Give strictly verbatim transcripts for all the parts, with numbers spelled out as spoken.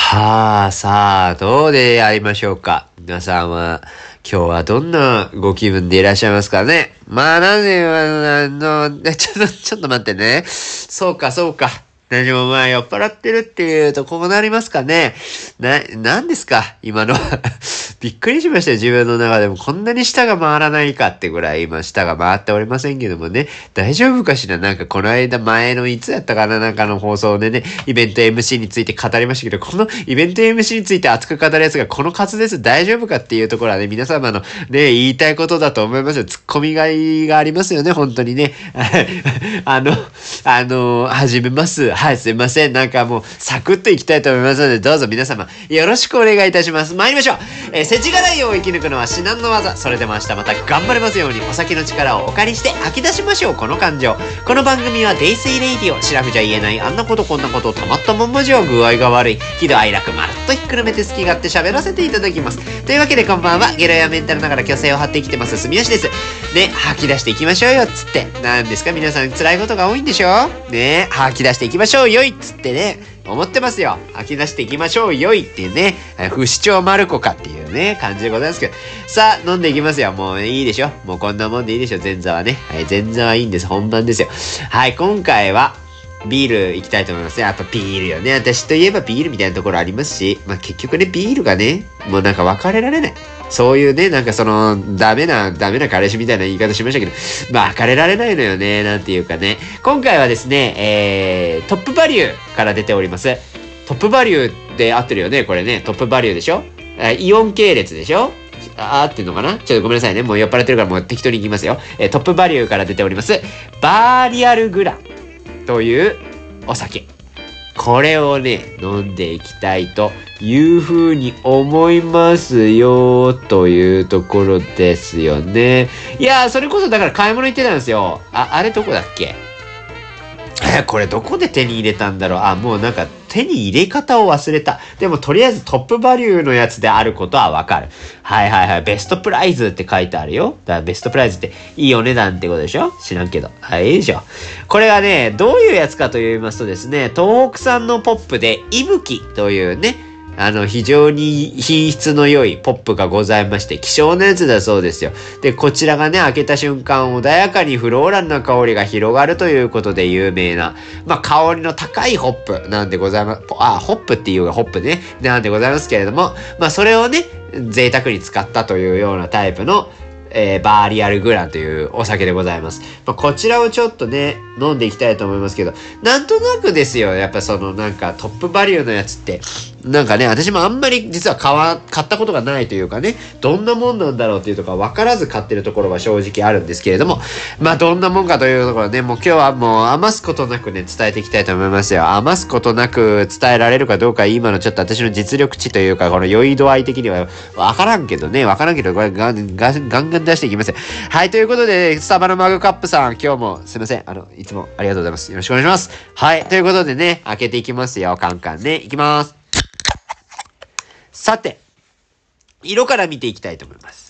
はあ、さあ、どうでありましょうか。皆さんは、今日はどんなご気分でいらっしゃいますかね。まあ、なんで、あの、ちょっと、ちょっと待ってね。そうか、そうか。何もまあ、酔っ払ってるっていうと、こうなりますかね。な、なんですか今のは。びっくりしましたよ、自分の中でも。こんなに舌が回らないかってぐらい、今、舌が回っておりませんけどもね。大丈夫かしら。なんか、この間、前のいつやったかな、なんかの放送でね、イベント エムシー について語りましたけど、このイベント エムシー について熱く語るやつが、この滑舌大丈夫かっていうところはね、皆様のね、言いたいことだと思いますよ。ツッコミがいがありますよね、本当にね。あの、あの、始めます。はい、すいません。なんかもう、サクッといきたいと思いますので、どうぞ皆様、よろしくお願いいたします。参りましょう。えー、世知辛いを生き抜くのは至難の技。それでも明日また頑張れますように、お酒の力をお借りして吐き出しましょう、この感情。この番組はデイスイレイディオ、シラフじゃ言えない、あんなことこんなこと、たまったまんまじゃ具合が悪い。喜怒哀楽まるっとひっくるめて好き勝手喋らせていただきます。というわけでこんばんは、ゲロやメンタルながら虚勢を張って生きてます、住吉です。ね、吐き出していきましょうよ、つって。なんですか、皆さん辛いことが多いんでしょね、吐き出していきましょうよい、つってね。思ってますよ。吐き出していきましょうよいっていうね、不死鳥マルコかっていうね、感じでございますけど。さあ、飲んでいきますよ。もういいでしょ。もうこんなもんでいいでしょ。前座はね。はい、前座はいいんです。本番ですよ。はい、今回は、ビール行きたいと思いますね。やっぱビールよね。私といえばビールみたいなところありますし、まあ結局ね、ビールがね、もうなんか別れられない。そういうね、なんかその、ダメな、ダメな彼氏みたいな言い方しましたけど、まあ別れられないのよね、なんていうかね。今回はですね、えー、トップバリューから出ております。トップバリューって合ってるよね、これね。トップバリューでしょ、えー、イオン系列でしょあ、合ってんのかな、ちょっとごめんなさいね。もう酔っ払ってるからもう適当に言いますよ。えー、トップバリューから出ております。バーリアルグラというお酒。これをね、飲んでいきたいというふうに思いますよ、というところですよね。いやー、それこそだから買い物行ってたんですよ。あ、あれどこだっけ？え、これどこで手に入れたんだろう。あ、もうなんか手に入れ方を忘れた。でもとりあえずトップバリューのやつであることはわかる。はいはいはい。ベストプライズって書いてあるよ。だからベストプライズっていいお値段ってことでしょ？知らんけど。はい、いいでしょ。これはね、どういうやつかと言いますとですね、東北産のポップで、いぶきというね、あの、非常に品質の良いポップがございまして、希少なやつだそうですよ。で、こちらがね、開けた瞬間、穏やかにフローラルな香りが広がるということで有名な、まあ、香りの高いホップなんでございます。あ、ホップっていうがホップね。なんでございますけれども、まあ、それをね、贅沢に使ったというようなタイプの、えー、バーリアルグランというお酒でございます。まあ、こちらをちょっとね、飲んでいきたいと思いますけど、なんとなくですよ、やっぱそのなんかトップバリューのやつって、なんかね、私もあんまり実は買わ、買ったことがないというかね、どんなもんなんだろうっていうとか分からず買ってるところは正直あるんですけれども、まあどんなもんかというところね、もう今日はもう余すことなくね、伝えていきたいと思いますよ。余すことなく伝えられるかどうか、今のちょっと私の実力値というか、この酔い度合い的には分からんけどね、分からんけど、これガンガンガンガン出していきますよ。はい、ということで、スタバのマグカップさん、今日もすいません。あの、いつもありがとうございます。よろしくお願いします。はい、ということでね、開けていきますよ。カンカンね。いきます。さて、色から見ていきたいと思います。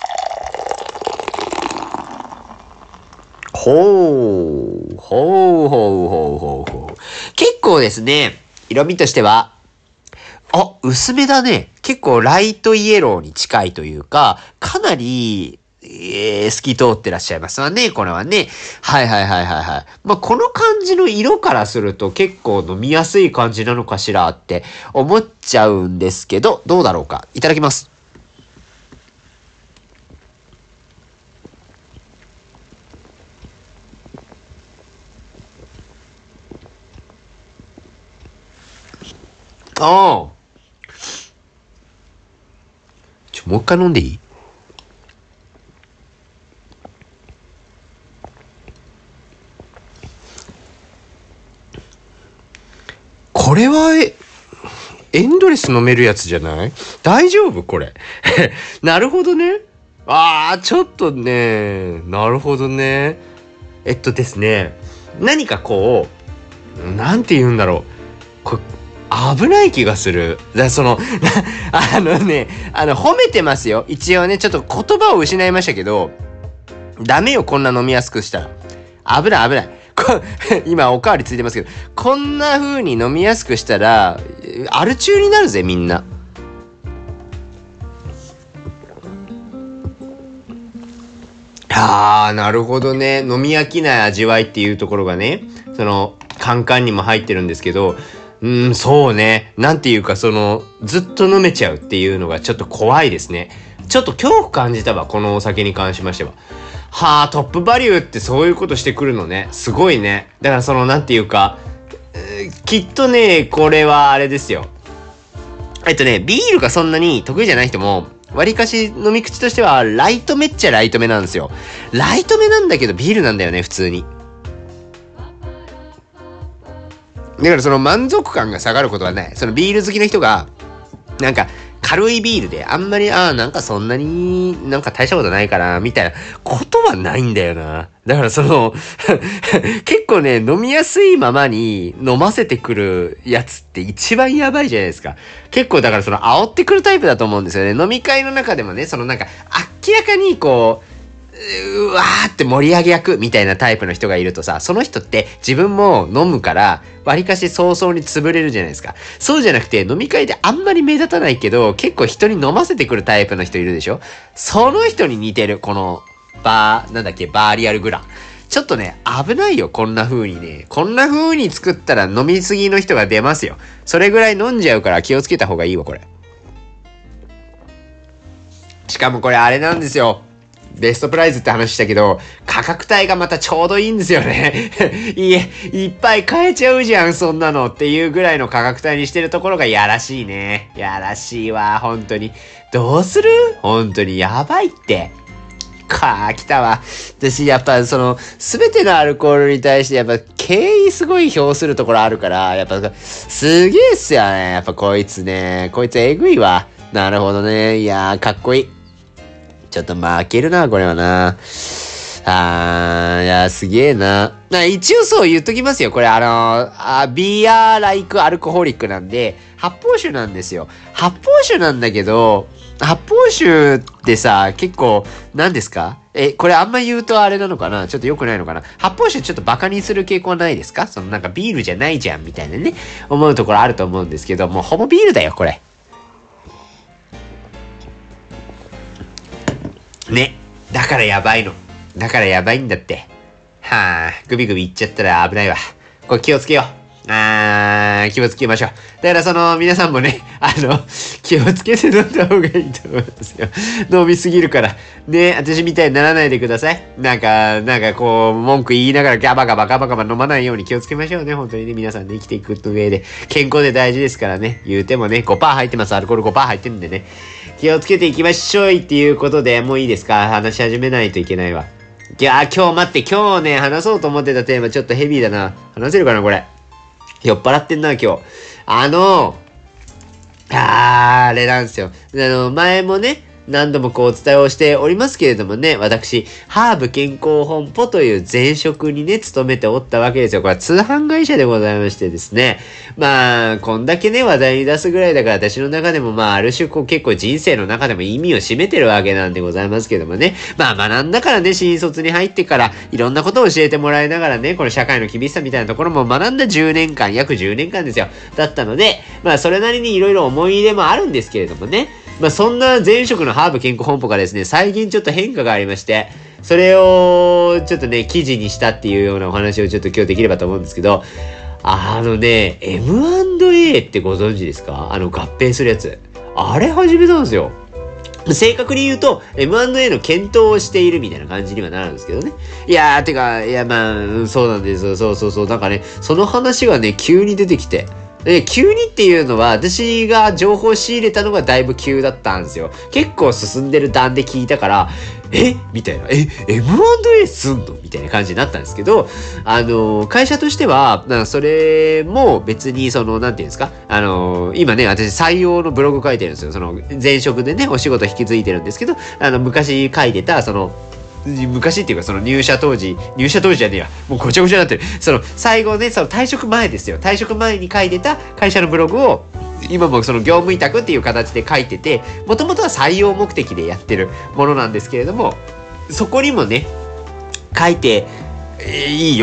ほう、ほうほうほうほうほう。結構ですね、色味としては、あ、薄めだね。結構ライトイエローに近いというか、かなり、えー、透き通ってらっしゃいますわね、これはね。はいはいはいはいはい。まあ、この感じの色からすると結構飲みやすい感じなのかしらって思っちゃうんですけど、どうだろうか。いただきます。ああ。ちょ、もう一回飲んでいい？これは、エンドレス飲めるやつじゃない？大丈夫これ。なるほどね。ああ、ちょっとね、なるほどね。えっとですね、何かこう、なんて言うんだろう。こ危ない気がする。だその、あのね、あの、褒めてますよ。一応ね、ちょっと言葉を失いましたけど、ダメよ、こんな飲みやすくしたら。危ない危ない。こ今おかわりついてますけど、こんな風に飲みやすくしたら、 アル中になるぜみんな。あー、なるほどね。飲み飽きない味わいっていうところがね、そのカンカンにも入ってるんですけど、うーん、そうね。なんていうか、そのずっと飲めちゃうっていうのがちょっと怖いですね。ちょっと恐怖感じたわ、このお酒に関しましては。はあ、トップバリューってそういうことしてくるのね。すごいね。だからそのなんていうか、えーきっとね、これはあれですよ。えっとね、ビールがそんなに得意じゃない人も、わりかし飲み口としては、ライトめっちゃライトめなんですよ。ライトめなんだけど、ビールなんだよね、普通に。だからその満足感が下がることはない。そのビール好きな人が、なんか、軽いビールで、あんまり、ああ、なんかそんなになんか大したことないかな、みたいなことはないんだよな。だからその、結構ね、飲みやすいままに飲ませてくるやつって一番やばいじゃないですか。結構だからその煽ってくるタイプだと思うんですよね。飲み会の中でもね、そのなんか、明らかにこう、うわーって盛り上げ役みたいなタイプの人がいるとさ、その人って自分も飲むから、わりかし早々に潰れるじゃないですか。そうじゃなくて、飲み会であんまり目立たないけど、結構人に飲ませてくるタイプの人いるでしょ。その人に似てる、この、バー、なんだっけ、バーリアルグラ。ちょっとね、危ないよ、こんな風にね。こんな風に作ったら飲みすぎの人が出ますよ。それぐらい飲んじゃうから気をつけた方がいいわ、これ。しかもこれあれなんですよ。ベストプライズって話したけど、価格帯がまたちょうどいいんですよね。いえ、いっぱい買えちゃうじゃん、そんなのっていうぐらいの価格帯にしてるところがやらしいね。やらしいわ、本当に。どうする？本当にやばいって。かー、来たわ。私、やっぱその、すべてのアルコールに対して、やっぱ敬意すごい表するところあるから、やっぱ、すげえっすよね。やっぱこいつね。こいつえぐいわ。なるほどね。いやー、かっこいい。ちょっと負けるな、これはな。あー、いや、すげえな。な、一応そう言っときますよ。これあのー、あビアライクアルコホリックなんで、発泡酒なんですよ。発泡酒なんだけど、発泡酒ってさ、結構、何ですか？え、これあんま言うとあれなのかな？ちょっと良くないのかな？発泡酒ちょっとバカにする傾向はないですか？そのなんかビールじゃないじゃん、みたいなね、思うところあると思うんですけど、もうほぼビールだよ、これ。ね。だからやばいの。だからやばいんだって。はぁ、グビグビいっちゃったら危ないわ。これ気をつけよう。あー、気をつけましょう。だからその、皆さんもね、あの、気をつけて飲んだ方がいいと思いますよ。飲みすぎるから。ね、私みたいにならないでください。なんか、なんかこう、文句言いながらガバガバガバガバ飲まないように気をつけましょうね。本当にね、皆さんね、生きていく上で。健康で大事ですからね。言うてもね、ごパーセント入ってます。アルコール ごパーセント 入ってるんでね。気をつけていきましょうっていうことで、もういいですか？話し始めないといけないわ。いやー、今日待って、今日ね、話そうと思ってたテーマちょっとヘビーだな。話せるかな、これ。酔っ払ってんな、今日。あの、あー、あれなんですよ。あの、前もね、何度もこうお伝えをしておりますけれどもね、私、ハーブ健康本舗という前職にね、勤めておったわけですよ。これは通販会社でございましてですね。まあ、こんだけね、話題に出すぐらいだから私の中でもまあ、ある種こう結構人生の中でも意味を占めてるわけなんでございますけどもね。まあ、学んだからね、新卒に入ってから、いろんなことを教えてもらいながらね、この社会の厳しさみたいなところも学んだじゅうねんかん、約じゅうねんかんですよ。だったので、まあ、それなりにいろいろ思い入れもあるんですけれどもね。まあそんな前職のハーブ健康本舗がですね、最近ちょっと変化がありまして、それをちょっとね、記事にしたっていうようなお話をちょっと今日できればと思うんですけど、あのね、エムアンドエー ってご存知ですか？あの合併するやつ。あれ始めたんですよ。正確に言うと エムアンドエー の検討をしているみたいな感じにはなるんですけどね。いやー、てか、いやまあ、そうなんですよ。そうそうそう。なんかね、その話がね、急に出てきて、で、急にっていうのは、私が情報を仕入れたのがだいぶ急だったんですよ。結構進んでる段で聞いたから、えみたいな。え エムアンドエー すんのみたいな感じになったんですけど、あの、会社としては、なんかそれも別にその、なんていうんですか、あの、今ね、私採用のブログ書いてるんですよ。その、前職でね、お仕事引き継いでるんですけど、あの、昔書いてた、その、昔っていうかその入社当時、入社当時じゃねえや。もうごちゃごちゃになってる。その最後ね、その退職前ですよ。退職前に書いてた会社のブログを、今もその業務委託っていう形で書いてて、もともとは採用目的でやってるものなんですけれども、そこにもね、書いて、えー、いいよと。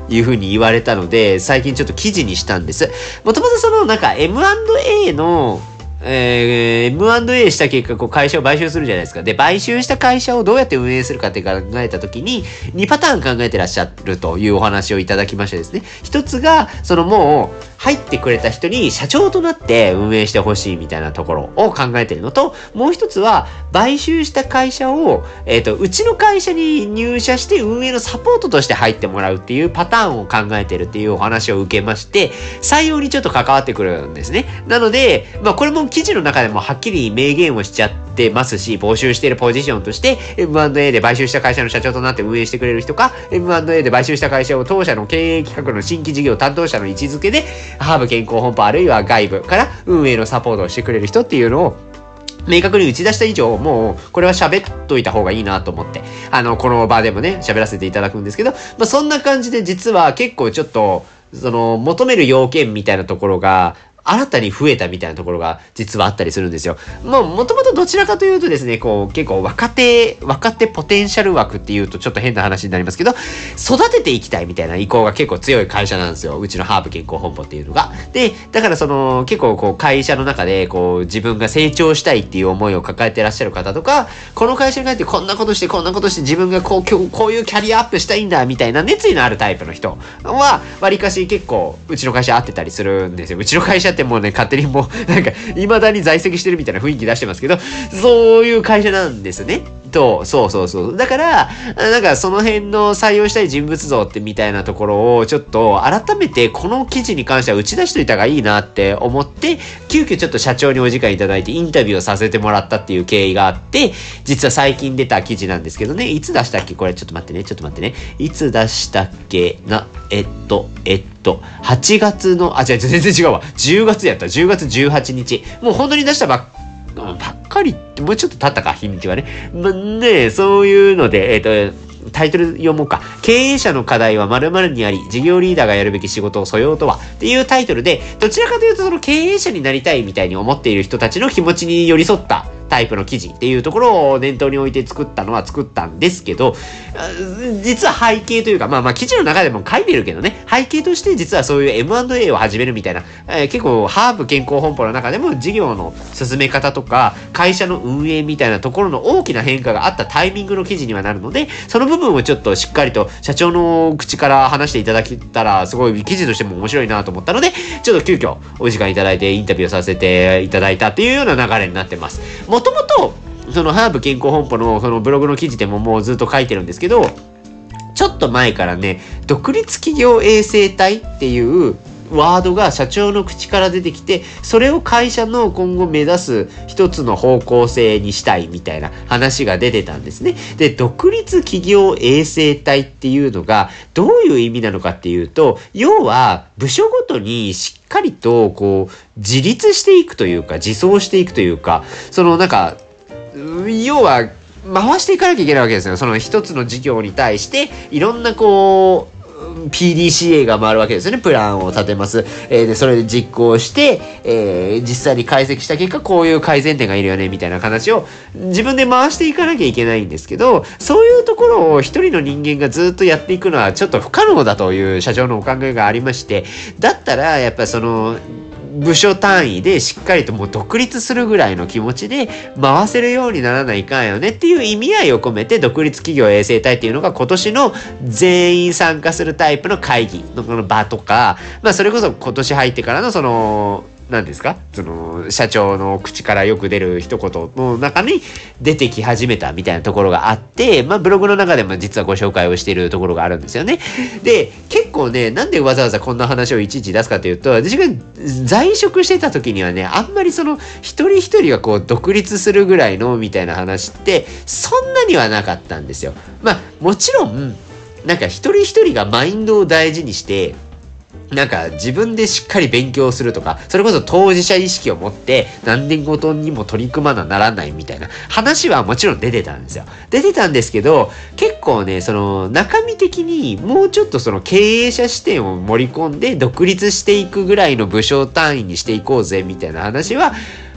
いうふうに言われたので、最近ちょっと記事にしたんです。もともとそのなんか エムアンドエー のえー、エムアンドエー した結果、こう会社を買収するじゃないですか。で、買収した会社をどうやって運営するかって考えたときに、にパターン考えてらっしゃるというお話をいただきましてですね。一つが、そのもう、入ってくれた人に社長となって運営してほしいみたいなところを考えてるのと、もう一つは、買収した会社を、えっと、うちの会社に入社して運営のサポートとして入ってもらうっていうパターンを考えてるっていうお話を受けまして、採用にちょっと関わってくるんですね。なので、まあこれも記事の中でもはっきり明言をしちゃってますし、募集しているポジションとして エムアンドエー で買収した会社の社長となって運営してくれる人か、 エムアンドエー で買収した会社を当社の経営企画の新規事業担当者の位置づけでハーブ健康本舗あるいは外部から運営のサポートをしてくれる人っていうのを明確に打ち出した以上、もうこれは喋っといた方がいいなと思って、あのこの場でもね喋らせていただくんですけど、まあそんな感じで実は結構ちょっとその求める要件みたいなところが新たに増えたみたいなところが実はあったりするんですよ。もう、もともとどちらかというとですね、こう、結構若手、若手ポテンシャル枠っていうとちょっと変な話になりますけど、育てていきたいみたいな意向が結構強い会社なんですよ。うちのハーブ健康本舗っていうのが。で、だからその、結構こう、会社の中で、こう、自分が成長したいっていう思いを抱えてらっしゃる方とか、この会社に帰ってこんなことして、こんなことして自分がこう、今日こういうキャリアアップしたいんだ、みたいな熱意のあるタイプの人は、わりかし結構、うちの会社合ってたりするんですよ。うちの会社ってもうね、勝手にもう、なんか、未だに在籍してるみたいな雰囲気出してますけど、そういう会社なんですね。と、そうそうそう。だから、なんかその辺の採用したい人物像ってみたいなところを、ちょっと改めてこの記事に関しては打ち出しといた方がいいなって思って、急遽ちょっと社長にお時間いただいてインタビューをさせてもらったっていう経緯があって、実は最近出た記事なんですけどね、いつ出したっけこれちょっと待ってね、ちょっと待ってね。いつ出したっけな、えっと、えっと、はちがつの、あ、違う、全然違うわ。じゅうがつやった。じゅうがつじゅうはちにち。もう本当に出したばっばっかりって、もうちょっと経ったか、日にちはね。まあ、ね、そういうので、えっと、タイトル読もうか。経営者の課題は〇〇にあり、事業リーダーがやるべき仕事を素養とはっていうタイトルで、どちらかというとその経営者になりたいみたいに思っている人たちの気持ちに寄り添ったタイプの記事っていうところを念頭に置いて作ったのは作ったんですけど、実は背景というか、まあまあ記事の中でも書いてるけどね、背景として実はそういう エムアンドエー を始めるみたいな、えー、結構ハーブ健康本舗の中でも事業の進め方とか、会社の運営みたいなところの大きな変化があったタイミングの記事にはなるので、その部分をちょっとしっかりと社長の口から話していただけたら、すごい記事としても面白いなと思ったので、ちょっと急遽お時間いただいてインタビューさせていただいたっていうような流れになってます。もともとそのハーブ健康本舗のそのブログの記事でももうずっと書いてるんですけど、ちょっと前からね、独立企業衛生隊っていうワードが社長の口から出てきて、それを会社の今後目指す一つの方向性にしたいみたいな話が出てたんですね。で、独立企業衛生隊っていうのがどういう意味なのかっていうと、要は部署ごとにしっかりとこう自立していくというか、自走していくというか、そのなんか要は回していかなきゃいけないわけですよ。その一つの事業に対していろんなこうピーディーシーエー が回るわけですよね。プランを立てます。えー、で、それで実行して、えー、実際に解析した結果、こういう改善点がいるよね、みたいな話を自分で回していかなきゃいけないんですけど、そういうところを一人の人間がずっとやっていくのはちょっと不可能だという社長のお考えがありまして、だったら、やっぱりその、部署単位でしっかりともう独立するぐらいの気持ちで回せるようにならないかんよねっていう意味合いを込めて、独立企業衛生隊っていうのが今年の全員参加するタイプの会議のこの場とか、まあそれこそ今年入ってからのその何ですか、その社長の口からよく出る一言の中に出てき始めたみたいなところがあって、まあブログの中でも実はご紹介をしているところがあるんですよね。で、結構ね、なんでわざわざこんな話をいちいち出すかというと、私が在職してた時にはね、あんまりその一人一人がこう独立するぐらいのみたいな話ってそんなにはなかったんですよ。まあもちろんなんか一人一人がマインドを大事にしてなんか自分でしっかり勉強するとか、それこそ当事者意識を持って何年ごとにも取り組まなならないみたいな話はもちろん出てたんですよ。出てたんですけど、結構ね、その中身的にもうちょっとその経営者視点を盛り込んで独立していくぐらいの部署単位にしていこうぜみたいな話は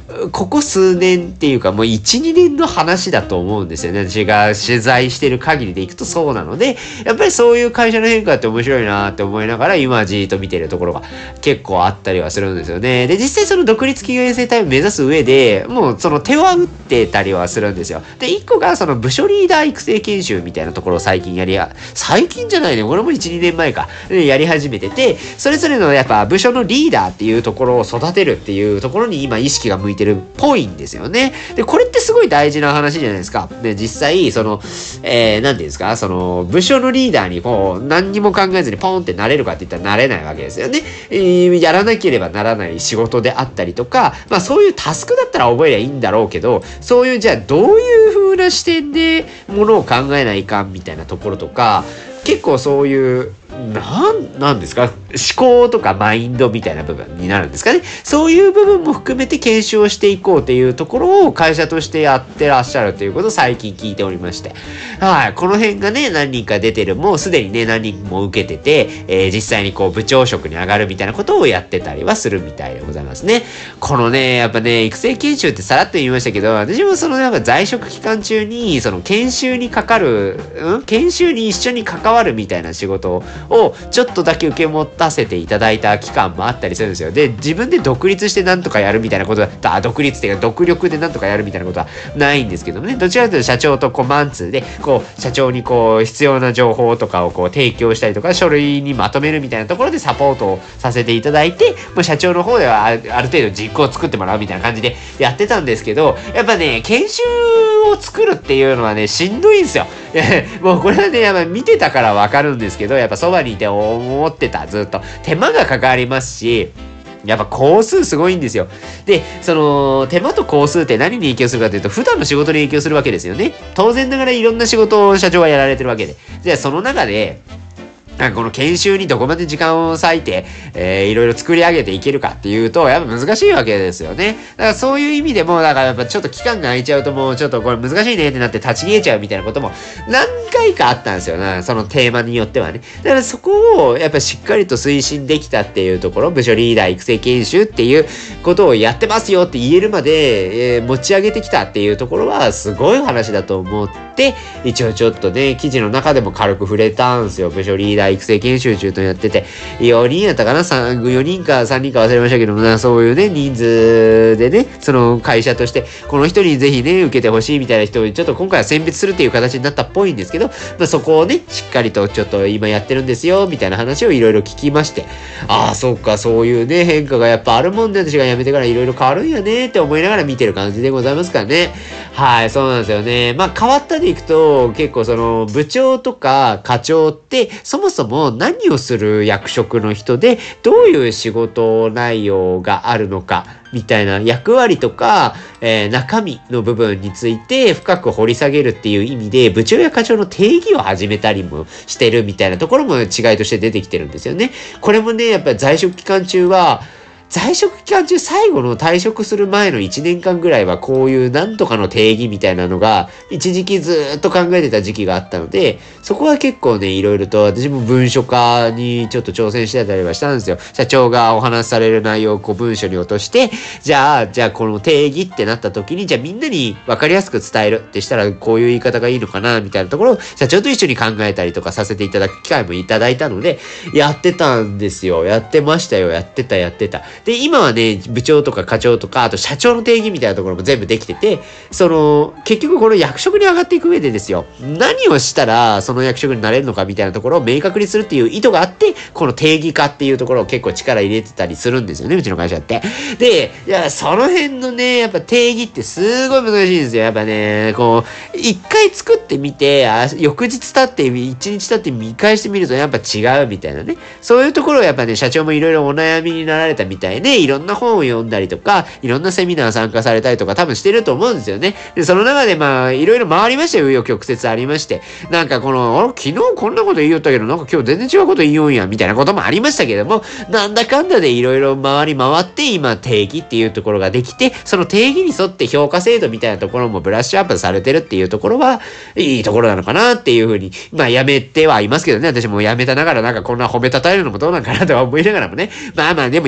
ここ数年っていうかもういち、にねんの話だと思うんですよね。私が取材してる限りでいくとそうなので、やっぱりそういう会社の変化って面白いなって思いながら今じーっと見てるところが結構あったりはするんですよね。で、実際その独立企業衛生隊を目指す上で、もうその手は打ってたりはするんですよ。で、一個がその部署リーダー育成研修みたいなところを最近やりや、最近じゃないね、これもいち、にねんまえか、やり始めてて、それぞれのやっぱ部署のリーダーっていうところを育てるっていうところに今意識が向いてるっぽいんですよね。で、これってすごい大事な話じゃないですか。で、実際、その、えー、なんていうんですか、その、部署のリーダーにこう、何にも考えずにポンってなれるかって言ったらなれないわけですよね。えー、やらなければならない仕事であったりとか、まあそういうタスクだったら覚えりゃいいんだろうけど、そういうじゃあどういう風な視点でものを考えないかみたいなところとか、結構そういうなん、なんですか思考とかマインドみたいな部分になるんですかね。そういう部分も含めて研修をしていこうというところを会社としてやってらっしゃるということを最近聞いておりまして。はい。この辺がね、何人か出てる、もうすでにね、何人も受けてて、えー、実際にこう部長職に上がるみたいなことをやってたりはするみたいでございますね。このね、やっぱね、育成研修ってさらっと言いましたけど、私もそのなんか在職期間中に、その研修にかかる、うん研修に一緒に関わるみたいな仕事をちょっとだけ受け持たせていただいた期間もあったりするんですよ。で、自分で独立してなんとかやるみたいなことだったら、独立っていうか独力でなんとかやるみたいなことはないんですけどもね、どちらかというと社長とこうマンツーで、こう社長にこう必要な情報とかをこう提供したりとか、書類にまとめるみたいなところでサポートをさせていただいて、もう社長の方ではある程度実行を作ってもらうみたいな感じでやってたんですけど、やっぱね、研修を作るっていうのはね、しんどいんですよ。もうこれはね、やっぱ見てたからわかるんですけど、やっぱそばにいて思ってた、ずっと。手間がかかりますし、やっぱ工数すごいんですよ。で、その、手間と工数って何に影響するかというと、普段の仕事に影響するわけですよね。当然ながらいろんな仕事を社長はやられてるわけで。じゃあその中で、なんかこの研修にどこまで時間を割いて、えー、いろいろ作り上げていけるかっていうと、やっぱ難しいわけですよね。だからそういう意味でも、だからやっぱちょっと期間が空いちゃうともうちょっとこれ難しいねってなって立ち消えちゃうみたいなことも何回かあったんですよな、そのテーマによってはね。だからそこをやっぱしっかりと推進できたっていうところ、部署リーダー育成研修っていうことをやってますよって言えるまで、えー、持ち上げてきたっていうところはすごい話だと思って、一応ちょっとね、記事の中でも軽く触れたんですよ。部署リーダー育成研修中とやってて、よにんやったかな ?さん、よにんかさんにんか忘れましたけどもな、そういうね、人数でね、その会社として、この人にぜひね、受けてほしいみたいな人をちょっと今回は選別するっていう形になったっぽいんですけど、まあ、そこをね、しっかりとちょっと今やってるんですよ、みたいな話をいろいろ聞きまして、ああ、そうか、そういうね、変化がやっぱあるもんで、私が辞めてからいろいろ変わるんやねって思いながら見てる感じでございますからね。はい、そうなんですよね。まあ、変わったでいくと、結構その、部長とか課長って、そもそも何をする役職の人で、どういう仕事内容があるのか、みたいな役割とか、えー、中身の部分について深く掘り下げるっていう意味で、部長や課長の定義を始めたりもしてるみたいなところも違いとして出てきてるんですよね。これもね、やっぱり在職期間中は、在職期間中最後の退職する前のいちねんかんぐらいはこういうなんとかの定義みたいなのが一時期ずーっと考えてた時期があったので、そこは結構ね、いろいろと私も文書化にちょっと挑戦してたりはしたんですよ。社長がお話しされる内容をこう文書に落として、じゃあ、じゃあこの定義ってなった時に、じゃあみんなに分かりやすく伝えるってしたらこういう言い方がいいのかなみたいなところを社長と一緒に考えたりとかさせていただく機会もいただいたので、やってたんですよ。やってましたよ。やってた、やってた。で、今はね、部長とか課長とか、あと社長の定義みたいなところも全部できてて、その、結局この役職に上がっていく上でですよ、何をしたらその役職になれるのかみたいなところを明確にするっていう意図があって、この定義化っていうところを結構力入れてたりするんですよね、うちの会社って。で、いや、その辺のね、やっぱ定義ってすごい難しいんですよ。やっぱね、こう、一回作ってみて、あ、翌日経って、一日経って見返してみるとやっぱ違うみたいなね。そういうところをやっぱね、社長もいろいろお悩みになられたみたいで、いろんな本を読んだりとか、いろんなセミナー参加されたりとか多分してると思うんですよね。で、その中でまあ、いろいろ回りましたよ、紆余曲折ありまして。なんかこの、あれ、昨日こんなこと言いよったけど、なんか今日全然違うこと言いよんや、みたいなこともありましたけども、なんだかんだでいろいろ回り回って、今定義っていうところができて、その定義に沿って評価制度みたいなところもブラッシュアップされてるっていうところは、いいところなのかなっていうふうに、まあ、やめてはいますけどね。私もやめたながらなんかこんな褒めたたえるのもどうなんかなとは思いながらもね。まあまあ、でもいい会社です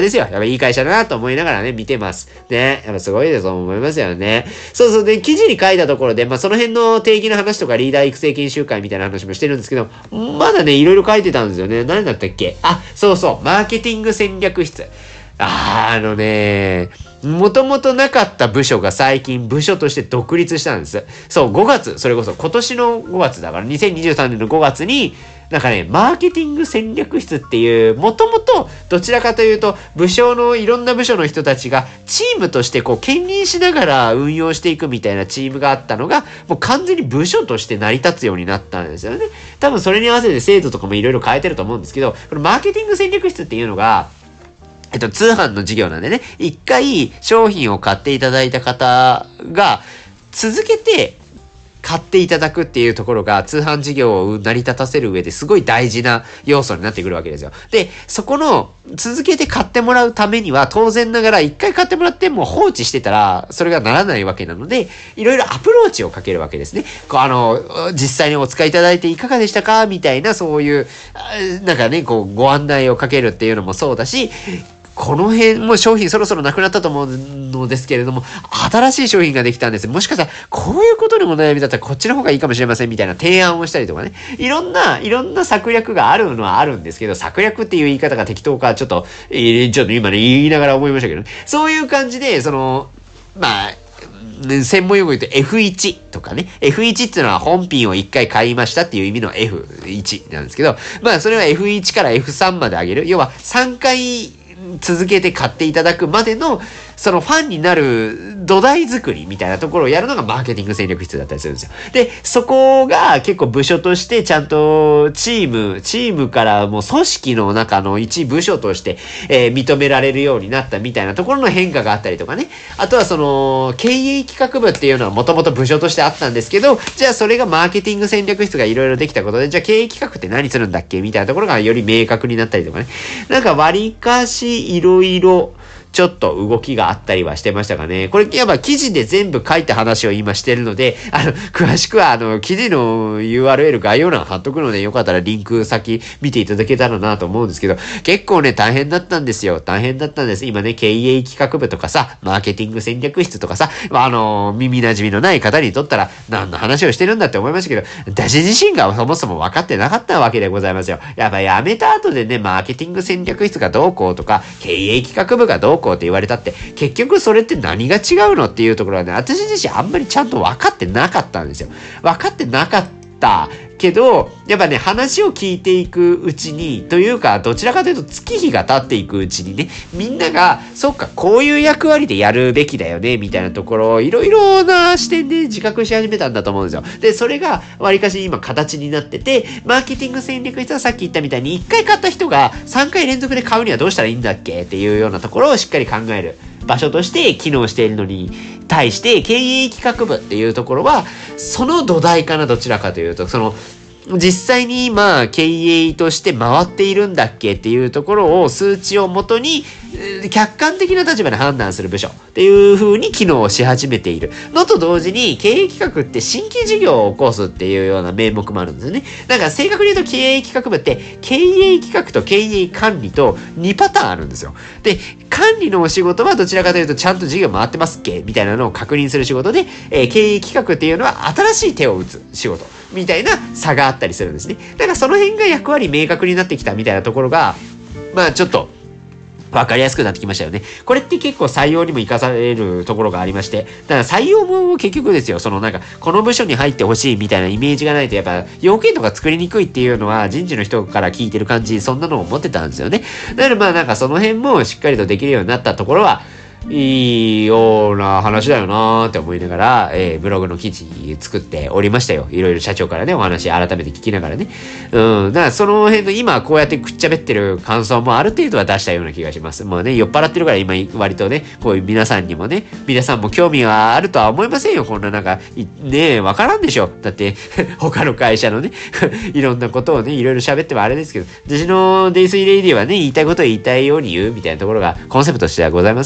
ですよ。やっぱいい会社だなと思いながらね、見てます。ね。やっぱすごいですと思いますよね。そうそう。で、記事に書いたところで、まあ、その辺の定義の話とかリーダー育成研修会みたいな話もしてるんですけど、まだね、いろいろ書いてたんですよね。何だったっけ？あ、そうそう。マーケティング戦略室。あー、あのね、もともとなかった部署が最近部署として独立したんです。そう、ごがつ、それこそ今年のごがつだから、にせんにじゅうさんねんのごがつに、なんかね、マーケティング戦略室っていう、もともとどちらかというと、部署のいろんな部署の人たちがチームとしてこう兼任しながら運用していくみたいなチームがあったのが、もう完全に部署として成り立つようになったんですよね。多分それに合わせて制度とかもいろいろ変えてると思うんですけど、このマーケティング戦略室っていうのが、えっと、通販の事業なんでね、一回商品を買っていただいた方が、続けて買っていただくっていうところが通販事業を成り立たせる上ですごい大事な要素になってくるわけですよ。で、そこの続けて買ってもらうためには当然ながら一回買ってもらっても放置してたらそれがならないわけなので、いろいろアプローチをかけるわけですね。こうあの、実際にお使いいただいていかがでしたかみたいなそういう、なんかね、こうご案内をかけるっていうのもそうだし、この辺も商品そろそろなくなったと思うのですけれども、新しい商品ができたんです。もしかしたら、こういうことにお悩みだったらこっちの方がいいかもしれませんみたいな提案をしたりとかね。いろんな、いろんな策略があるのはあるんですけど、策略っていう言い方が適当か、ちょっと、えー、ちょっと今ね、言いながら思いましたけどね。そういう感じで、その、まあ、専門用語言うと エフワン とかね。エフワン っていうのは本品をいっかい買いましたっていう意味の エフワン なんですけど、まあそれは エフワン から エフスリー まで上げる。要はさんかい続けて買っていただくまでのそのファンになる土台作りみたいなところをやるのがマーケティング戦略室だったりするんですよ。で、そこが結構部署としてちゃんとチーム、チームからもう組織の中の一部署として、えー、認められるようになったみたいなところの変化があったりとかね。あとはその経営企画部っていうのはもともと部署としてあったんですけど、じゃあそれがマーケティング戦略室がいろいろできたことで、じゃあ経営企画って何するんだっけみたいなところがより明確になったりとかね。なんか割かしいろいろちょっと動きがあったりはしてましたかね。これやっぱ記事で全部書いた話を今してるので、あの、詳しくはあの、記事の ユーアールエル 概要欄貼っとくので、よかったらリンク先見ていただけたらなと思うんですけど、結構ね、大変だったんですよ。大変だったんです。今ね、経営企画部とかさ、マーケティング戦略室とかさ、あの、耳馴染みのない方にとったら、何の話をしてるんだって思いましたけど、私自身がそもそも分かってなかったわけでございますよ。やっぱやめた後でね、マーケティング戦略室がどうこうとか、経営企画部がどうこうって言われたって、結局それって何が違うのっていうところはね、私自身あんまりちゃんと分かってなかったんですよ。分かってなかったけど、やっぱね、話を聞いていくうちに、というか、どちらかというと月日が経っていくうちにね、みんなが、そっか、こういう役割でやるべきだよね、みたいなところを、いろいろな視点で自覚し始めたんだと思うんですよ。で、それが、わりかし今形になってて、マーケティング戦略室はさっき言ったみたいに、いっかい買った人がさんかい連続で買うにはどうしたらいいんだっけっていうようなところをしっかり考える場所として機能しているのに対して、経営企画部っていうところは、その土台かな、どちらかというと、その、実際に今経営として回っているんだっけっていうところを数値をもとに客観的な立場で判断する部署っていう風に機能し始めているのと同時に、経営企画って新規事業を起こすっていうような名目もあるんですよね。だから正確に言うと経営企画部って経営企画と経営管理とにパターンあるんですよ。で、管理のお仕事はどちらかというとちゃんと事業回ってますっけみたいなのを確認する仕事で、えー、経営企画っていうのは新しい手を打つ仕事みたいな差があったりするんですね。だからその辺が役割明確になってきたみたいなところが、まあちょっとわかりやすくなってきましたよね。これって結構採用にも活かされるところがありまして、だから採用も結局ですよ、そのなんかこの部署に入ってほしいみたいなイメージがないとやっぱ要件とか作りにくいっていうのは人事の人から聞いてる感じ、そんなのを持ってたんですよね。だからまあなんかその辺もしっかりとできるようになったところはいいような話だよなーって思いながら、えー、ブログの記事作っておりましたよ。いろいろ社長からね、お話改めて聞きながらね。うん。だからその辺の今こうやってくっちゃべってる感想もある程度は出したような気がします。もうね、酔っ払ってるから今割とね、こういう皆さんにもね、皆さんも興味はあるとは思いませんよ。こんななんか、ねえ、わからんでしょ。だって、他の会社のね、いろんなことをね、いろいろ喋ってもあれですけど、私のデイスリーレイディはね、言いたいことを言いたいように言うみたいなところがコンセプトとしてはございますのでね、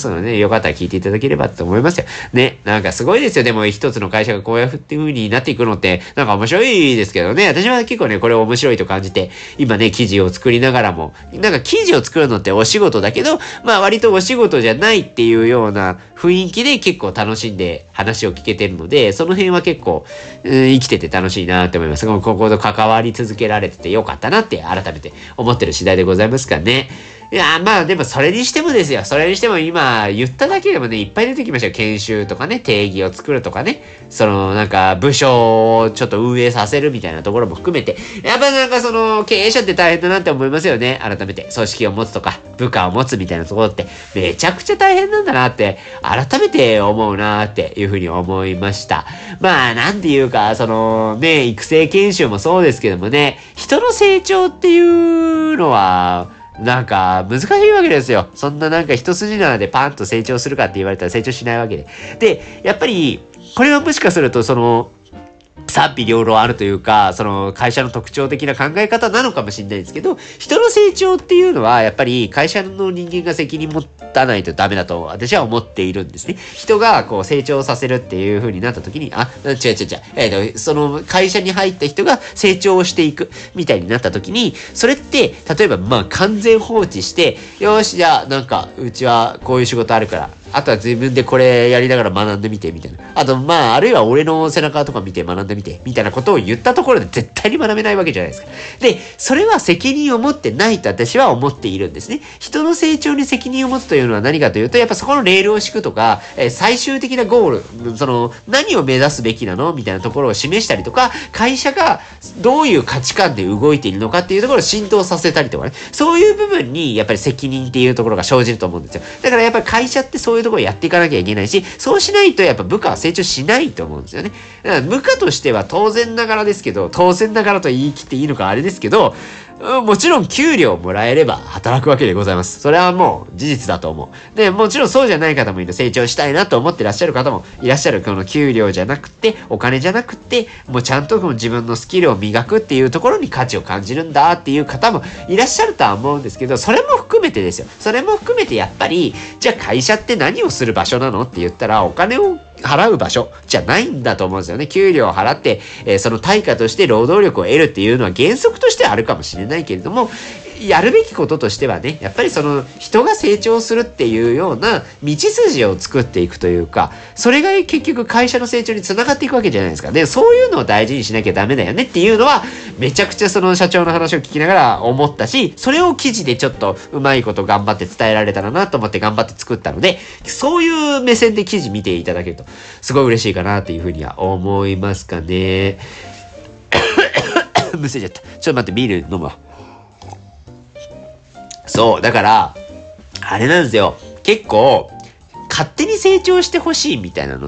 よかったら聞いていただければと思いますよ。ね。なんかすごいですよ。でも一つの会社がこういう風になっていくのって、なんか面白いですけどね。私は結構ね、これ面白いと感じて、今ね、記事を作りながらも、なんか記事を作るのってお仕事だけど、まあ割とお仕事じゃないっていうような雰囲気で結構楽しんで話を聞けてるので、その辺は結構、うん、生きてて楽しいなって思います。ここと関わり続けられててよかったなって改めて思ってる次第でございますからね。いやまあでもそれにしてもですよ。それにしても今言っただけでもね、いっぱい出てきましたよ。研修とかね、定義を作るとかね。そのなんか部署をちょっと運営させるみたいなところも含めて。やっぱなんかその経営者って大変だなって思いますよね。改めて組織を持つとか部下を持つみたいなところってめちゃくちゃ大変なんだなって改めて思うなっていうふうに思いました。まあなんていうか、そのね、育成研修もそうですけどもね、人の成長っていうのは、なんか難しいわけですよ。そんななんか一筋縄でパンと成長するかって言われたら成長しないわけで。で、やっぱりこれはもしかするとその賛否両論あるというか、その会社の特徴的な考え方なのかもしれないですけど、人の成長っていうのはやっぱり会社の人間が責任持たないとダメだと私は思っているんですね。人がこう成長させるっていう風になった時に、あ、違う違う違う、えーと、その会社に入った人が成長していくみたいになった時に、それって例えばまあ完全放置して、よしじゃあなんかうちはこういう仕事あるから、あとは自分でこれやりながら学んでみてみたいな。あとまああるいは俺の背中とか見て学んでみてみたいなことを言ったところで絶対に学べないわけじゃないですか。で、それは責任を持ってないと私は思っているんですね。人の成長に責任を持つというのは何かというと、やっぱそこのレールを敷くとか、えー、最終的なゴール、その何を目指すべきなのみたいなところを示したりとか、会社がどういう価値観で動いているのかっていうところを浸透させたりとかね。そういう部分にやっぱり責任っていうところが生じると思うんですよ。だからやっぱり会社ってそういうところをやっていかなきゃいけないし、そうしないとやっぱ部下は成長しないと思うんですよね。だから部下としては当然ながらですけど、当然ながらと言い切っていいのかあれですけど、もちろん給料もらえれば働くわけでございます。それはもう事実だと思う。で、もちろんそうじゃない方もいる。成長したいなと思ってらっしゃる方もいらっしゃる。この給料じゃなくて、お金じゃなくて、もうちゃんとこの自分のスキルを磨くっていうところに価値を感じるんだっていう方もいらっしゃるとは思うんですけど、それも含めてですよ。それも含めてやっぱり、じゃあ会社って何をする場所なのって言ったら、お金を払う場所じゃないんだと思うんですよね。給料を払って、えー、その対価として労働力を得るっていうのは原則としてはあるかもしれないけれども、やるべきこととしてはね、やっぱりその人が成長するっていうような道筋を作っていくというか、それが結局会社の成長につながっていくわけじゃないですか。で、そういうのを大事にしなきゃダメだよねっていうのは、めちゃくちゃその社長の話を聞きながら思ったし、それを記事でちょっとうまいこと頑張って伝えられたらなと思って頑張って作ったので、そういう目線で記事見ていただけると、すごい嬉しいかなっていうふうには思いますかね。むせちゃった。ちょっと待って、ビール飲むわ。そう、だから、あれなんですよ。結構、勝手に成長してほしいみたいなのって、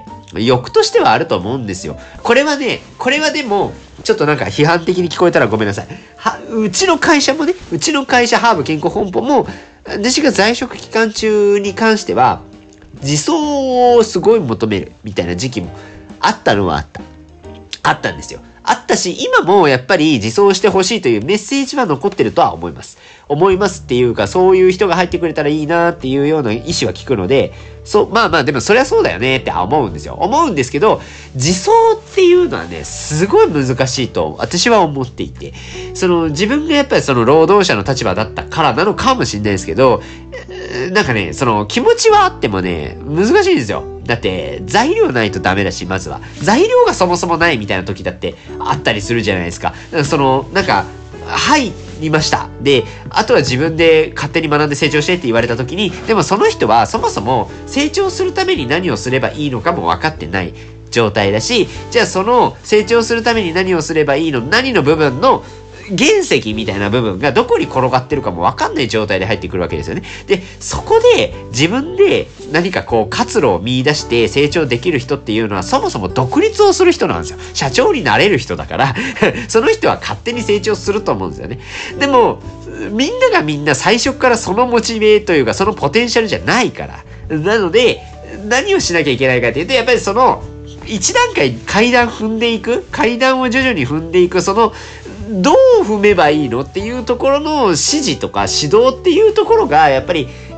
欲としてはあると思うんですよ。これはね、これはでも、ちょっとなんか批判的に聞こえたらごめんなさい。は、うちの会社もね、うちの会社、ハーブ健康本舗も、私が在職期間中に関しては、自走をすごい求めるみたいな時期もあったのはあった。あったんですよ。あったし、今もやっぱり自走してほしいというメッセージは残ってるとは思います。思いますっていうか、そういう人が入ってくれたらいいなっていうような意思は聞くので、そう、まあまあ、でもそりゃそうだよねって思うんですよ。思うんですけど、自走っていうのはね、すごい難しいと私は思っていて、その自分がやっぱりその労働者の立場だったからなのかもしれないですけど、なんかね、その気持ちはあってもね、難しいんですよ。だって材料ないとダメだし、まずは材料がそもそもないみたいな時だってあったりするじゃないですか。だからそのなんか入りましたで、あとは自分で勝手に学んで成長してって言われた時に、でもその人はそもそも成長するために何をすればいいのかも分かってない状態だし、じゃあその成長するために何をすればいいの、何の部分の原石みたいな部分がどこに転がってるかも分かんない状態で入ってくるわけですよね。で、そこで自分で何かこう活路を見出して成長できる人っていうのはそもそも独立をする人なんですよ。社長になれる人だからその人は勝手に成長すると思うんですよね。でもみんながみんな最初からそのモチベというかそのポテンシャルじゃないから。なので何をしなきゃいけないかっていうと、やっぱりその一段階階段踏んでいく、階段を徐々に踏んでいく、そのどう踏めばいいのっていうところの指示とか指導っていうところがやっぱり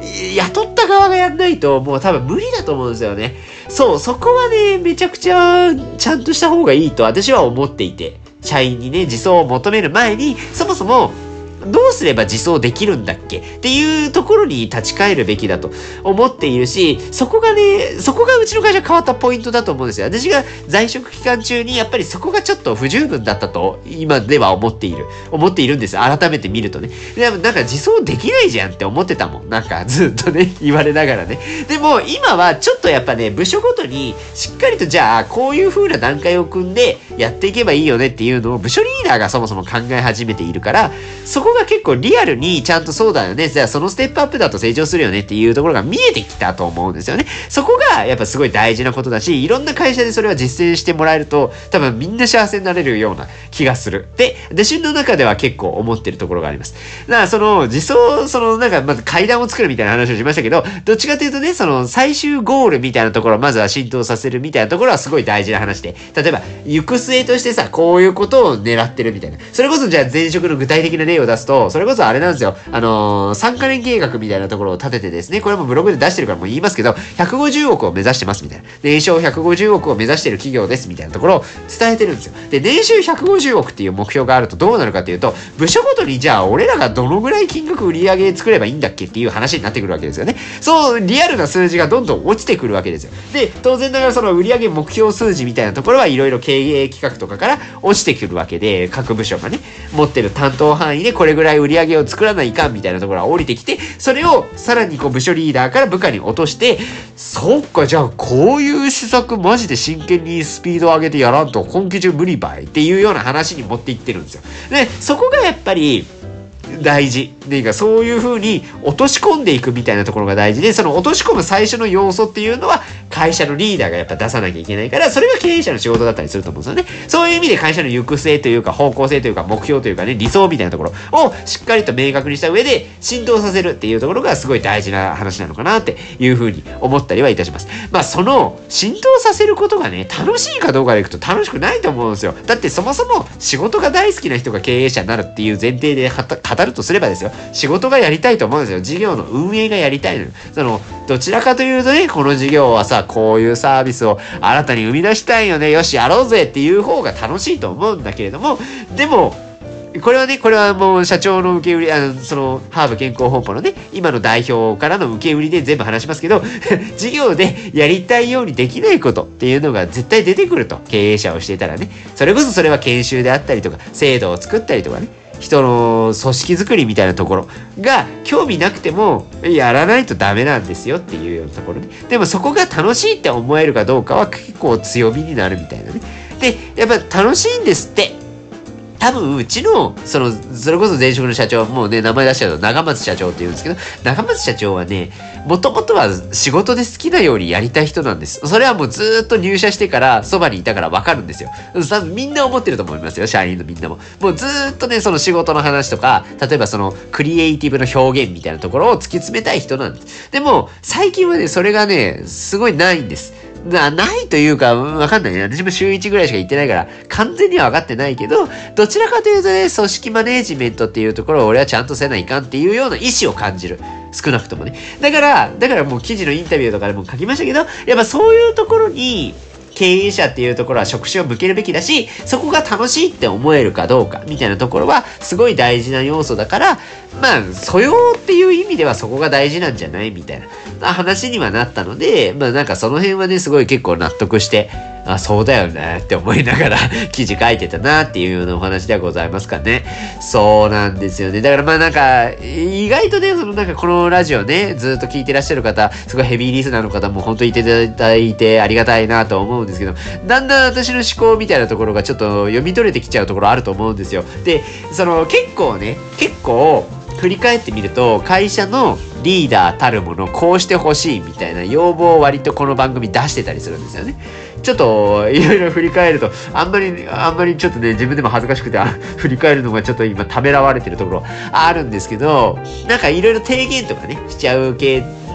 雇った側がやんないともう多分無理だと思うんですよね。そう、そこはね、めちゃくちゃちゃんとした方がいいと私は思っていて、社員にね、自走を求める前に、そもそもどうすれば自走できるんだっけっていうところに立ち返るべきだと思っているし、そこがね、そこがうちの会社変わったポイントだと思うんですよ。私が在職期間中にやっぱりそこがちょっと不十分だったと今では思っている。思っているんです。改めて見るとね。でもなんか自走できないじゃんって思ってたもん。なんかずっとね、言われながらね。でも今はちょっとやっぱね、部署ごとにしっかりとじゃあこういう風な段階を組んでやっていけばいいよねっていうのを部署リーダーがそもそも考え始めているから、そこが結構リアルにちゃんとそうだよね。じゃあそのステップアップだと成長するよねっていうところが見えてきたと思うんですよね。そこがやっぱすごい大事なことだし、いろんな会社でそれは実践してもらえると多分みんな幸せになれるような気がする。で、私の中では結構思ってるところがあります。だからその自走、そのなんかまず階段を作るみたいな話をしましたけど、どっちかというとね、その最終ゴールみたいなところをまずは浸透させるみたいなところはすごい大事な話で、例えば行く末としてさ、こういうことを狙ってるみたいな。それこそじゃあ前職の具体的な例を出すと、それこそあれなんですよ。あのー、さんカ年計画みたいなところを立ててですね、これもブログで出してるからもう言いますけど、ひゃくごじゅうおくを目指してますみたいな。年商ひゃくごじゅうおくを目指してる企業ですみたいなところを伝えてるんですよ。で、年収ひゃくごじゅうおくっていう目標があるとどうなるかっていうと、部署ごとにじゃあ俺らがどのぐらい金額売り上げ作ればいいんだっけっていう話になってくるわけですよね。そう、リアルな数字がどんどん落ちてくるわけですよ。で、当然ながらその売上目標数字みたいなところはいろいろ経営企画とかから落ちてくるわけで、各部署がね、持ってる担当範囲でこれぐらい売り上げを作らないかんみたいなところが降りてきて、それをさらにこう部署リーダーから部下に落として、そっか、じゃあこういう施策マジで真剣にスピードを上げてやらんと今期中無理ばいっていうような話に持っていってるんですよ。で、そこがやっぱり大事。なんかそういう風に落とし込んでいくみたいなところが大事で、その落とし込む最初の要素っていうのは会社のリーダーがやっぱ出さなきゃいけないから、それが経営者の仕事だったりすると思うんですよね。そういう意味で会社の行く末というか方向性というか目標というかね、理想みたいなところをしっかりと明確にした上で浸透させるっていうところがすごい大事な話なのかなっていう風に思ったりはいたします。まあその浸透させることがね、楽しいかどうかでいくと楽しくないと思うんですよ。だってそもそも仕事が大好きな人が経営者になるっていう前提で語るとすればですよ、仕事がやりたいと思うんですよ。事業の運営がやりたいのよ。そのどちらかというとね、この事業はさ、こういうサービスを新たに生み出したいよね、よしやろうぜっていう方が楽しいと思うんだけれども、でもこれはね、これはもう社長の受け売り、あの、その、ハーブ健康本舗のね、今の代表からの受け売りで全部話しますけど、事業でやりたいようにできないことっていうのが絶対出てくると。経営者をしていたらね。それこそそれは研修であったりとか、制度を作ったりとかね。人の組織づくりみたいなところが興味なくてもやらないとダメなんですよっていうようなところで、でもそこが楽しいって思えるかどうかは結構強みになるみたいなね。で、やっぱ楽しいんですって。多分うちのそのそれこそ前職の社長はもうね名前出しちゃうと長松社長って言うんですけど、長松社長はねもともとは仕事で好きなようにやりたい人なんです。それはもうずっと入社してからそばにいたから分かるんですよ。多分みんな思ってると思いますよ、社員のみんなも。もうずっとねその仕事の話とか、例えばそのクリエイティブの表現みたいなところを突き詰めたい人なんです。でも最近はねそれがねすごいないんです。な、ないというか、わかんないね。私も週いちぐらいしか行ってないから、完全には分かってないけど、どちらかというとね、組織マネージメントっていうところを俺はちゃんとせないかんっていうような意思を感じる。少なくともね。だから、だからもう記事のインタビューとかでも書きましたけど、やっぱそういうところに、経営者っていうところは触手を向けるべきだし、そこが楽しいって思えるかどうかみたいなところはすごい大事な要素だから、まあ素養っていう意味ではそこが大事なんじゃないみたいな話にはなったので、まあなんかその辺はねすごい結構納得して、あ、そうだよねって思いながら記事書いてたなっていうようなお話ではございますかね。そうなんですよね。だからまあなんか意外とね、そのなんかこのラジオねずっと聞いてらっしゃる方、すごいヘビーリスナーの方も本当にいていただいてありがたいなと思うんですけど、だんだん私の思考みたいなところがちょっと読み取れてきちゃうところあると思うんですよ。で、その結構ね結構振り返ってみると会社のリーダーたるものこうしてほしいみたいな要望を割とこの番組出してたりするんですよね。ちょっといろいろ振り返るとあんまりあんまりちょっとね自分でも恥ずかしくて振り返るのがちょっと今ためらわれてるところあるんですけど、なんかいろいろ提言とかねしちゃう系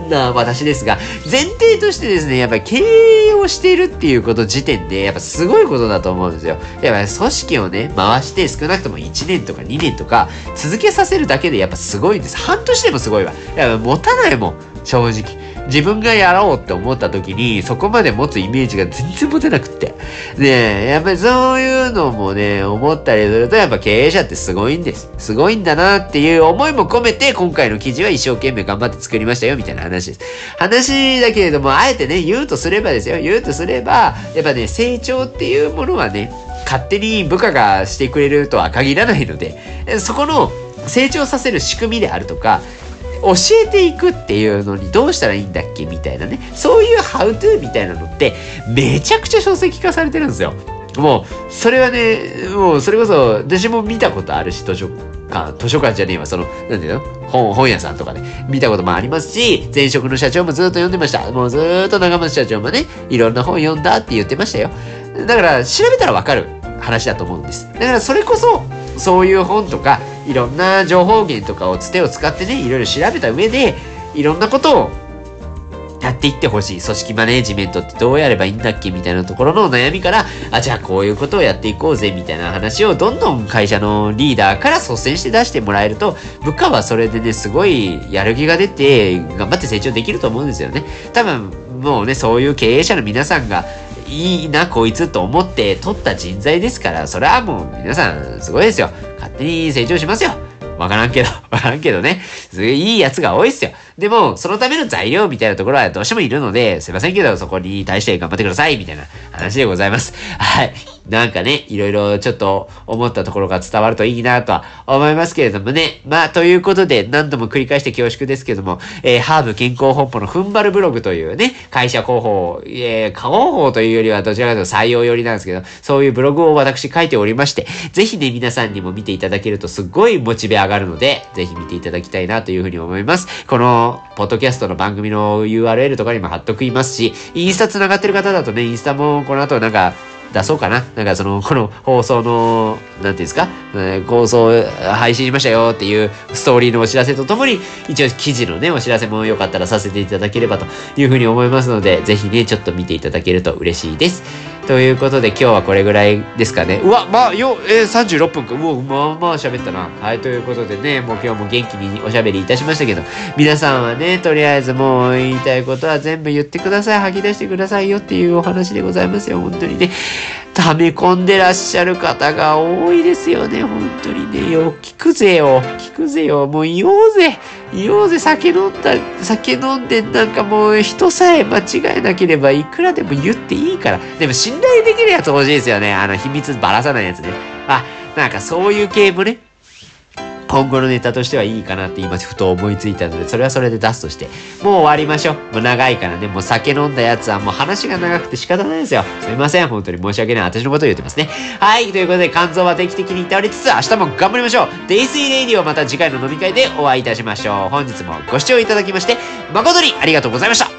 んな私ですが、前提としてですね、やっぱり経営をしているっていうこと時点で、やっぱすごいことだと思うんですよ。やっぱり組織をね、回して少なくともいちねんとかにねんとか続けさせるだけでやっぱすごいんです。半年でもすごいわ。やっぱ持たないもん、正直。自分がやろうって思った時に、そこまで持つイメージが全然持てなくって。ねえ、やっぱりそういうのもね、思ったりすると、やっぱ経営者ってすごいんです。すごいんだなっていう思いも込めて、今回の記事は一生懸命頑張って作りましたよ、みたいな話です。話だけれども、あえてね、言うとすればですよ。言うとすれば、やっぱね、成長っていうものはね、勝手に部下がしてくれるとは限らないので、そこの成長させる仕組みであるとか、教えていくっていうのにどうしたらいいんだっけみたいなね。そういうハウトゥーみたいなのってめちゃくちゃ書籍化されてるんですよ。もう、それはね、もうそれこそ私も見たことあるし、図書館、図書館じゃねえわ、その、なんていうの本、本屋さんとかで見たこともありますし、前職の社長もずっと読んでました。もうずーっと長松社長もね、いろんな本読んだって言ってましたよ。だから調べたらわかる話だと思うんです。だからそれこそ、そういう本とか、いろんな情報源とかをつてを使ってね、いろいろ調べた上で、いろんなことをやっていってほしい。組織マネージメントってどうやればいいんだっけみたいなところの悩みから、あ、じゃあこういうことをやっていこうぜみたいな話をどんどん会社のリーダーから率先して出してもらえると、部下はそれでね、すごいやる気が出て、頑張って成長できると思うんですよね。多分、もうね、そういう経営者の皆さんが、いいな、こいつと思って取った人材ですから、それはもう皆さんすごいですよ。勝手に成長しますよ。わからんけど、わからんけどね。すごいいいやつが多いっすよ。でも、そのための材料みたいなところはどうしてもいるので、すいませんけど、そこに対して頑張ってください、みたいな話でございます。はい。なんかね、いろいろちょっと思ったところが伝わるといいなとは思いますけれどもね。まあ、ということで、何度も繰り返して恐縮ですけども、えー、ハーブ健康本舗のふんばるブログというね、会社広報、えー、広報というよりはどちらかというと採用寄りなんですけど、そういうブログを私書いておりまして、ぜひね、皆さんにも見ていただけるとすっごいモチベ上がるので、ぜひ見ていただきたいなというふうに思います。この、ポッドキャストの番組の ユーアールエル とかにも貼っときますし、インスタ繋がってる方だとね、インスタもこの後なんか出そうかな。なんかその、この放送の、なんていうんですか、えー、放送配信しましたよっていうストーリーのお知らせとともに、一応記事のね、お知らせもよかったらさせていただければというふうに思いますので、ぜひね、ちょっと見ていただけると嬉しいです。ということで今日はこれぐらいですかね。うわ、まあ、よ、えー、さんじゅうろっぷんか。うわ、まあまあ喋ったな。はい、ということでね、もう今日も元気におしゃべりいたしましたけど、皆さんはね、とりあえずもう言いたいことは全部言ってください。吐き出してくださいよっていうお話でございますよ。本当にね。溜め込んでらっしゃる方が多いですよね。本当にね。よ、聞くぜよ。聞くぜよ。もう言おうぜ。言おうぜ。酒飲んだ、酒飲んでなんかもう人さえ間違えなければいくらでも言っていいから。でも信頼できるやつ欲しいですよね。あの秘密ばらさないやつね。あ、なんかそういう系もね。今後のネタとしてはいいかなって今ふと思いついたので、それはそれで出すとして、もう終わりましょう。もう長いからね、もう酒飲んだやつはもう話が長くて仕方ないですよ。すいません、本当に申し訳ない。私のことを言ってますね。はい、ということで、肝臓は定期的に倒れつつ、明日も頑張りましょう。デイスリーレイディオまた次回の飲み会でお会いいたしましょう。本日もご視聴いただきまして、誠にありがとうございました。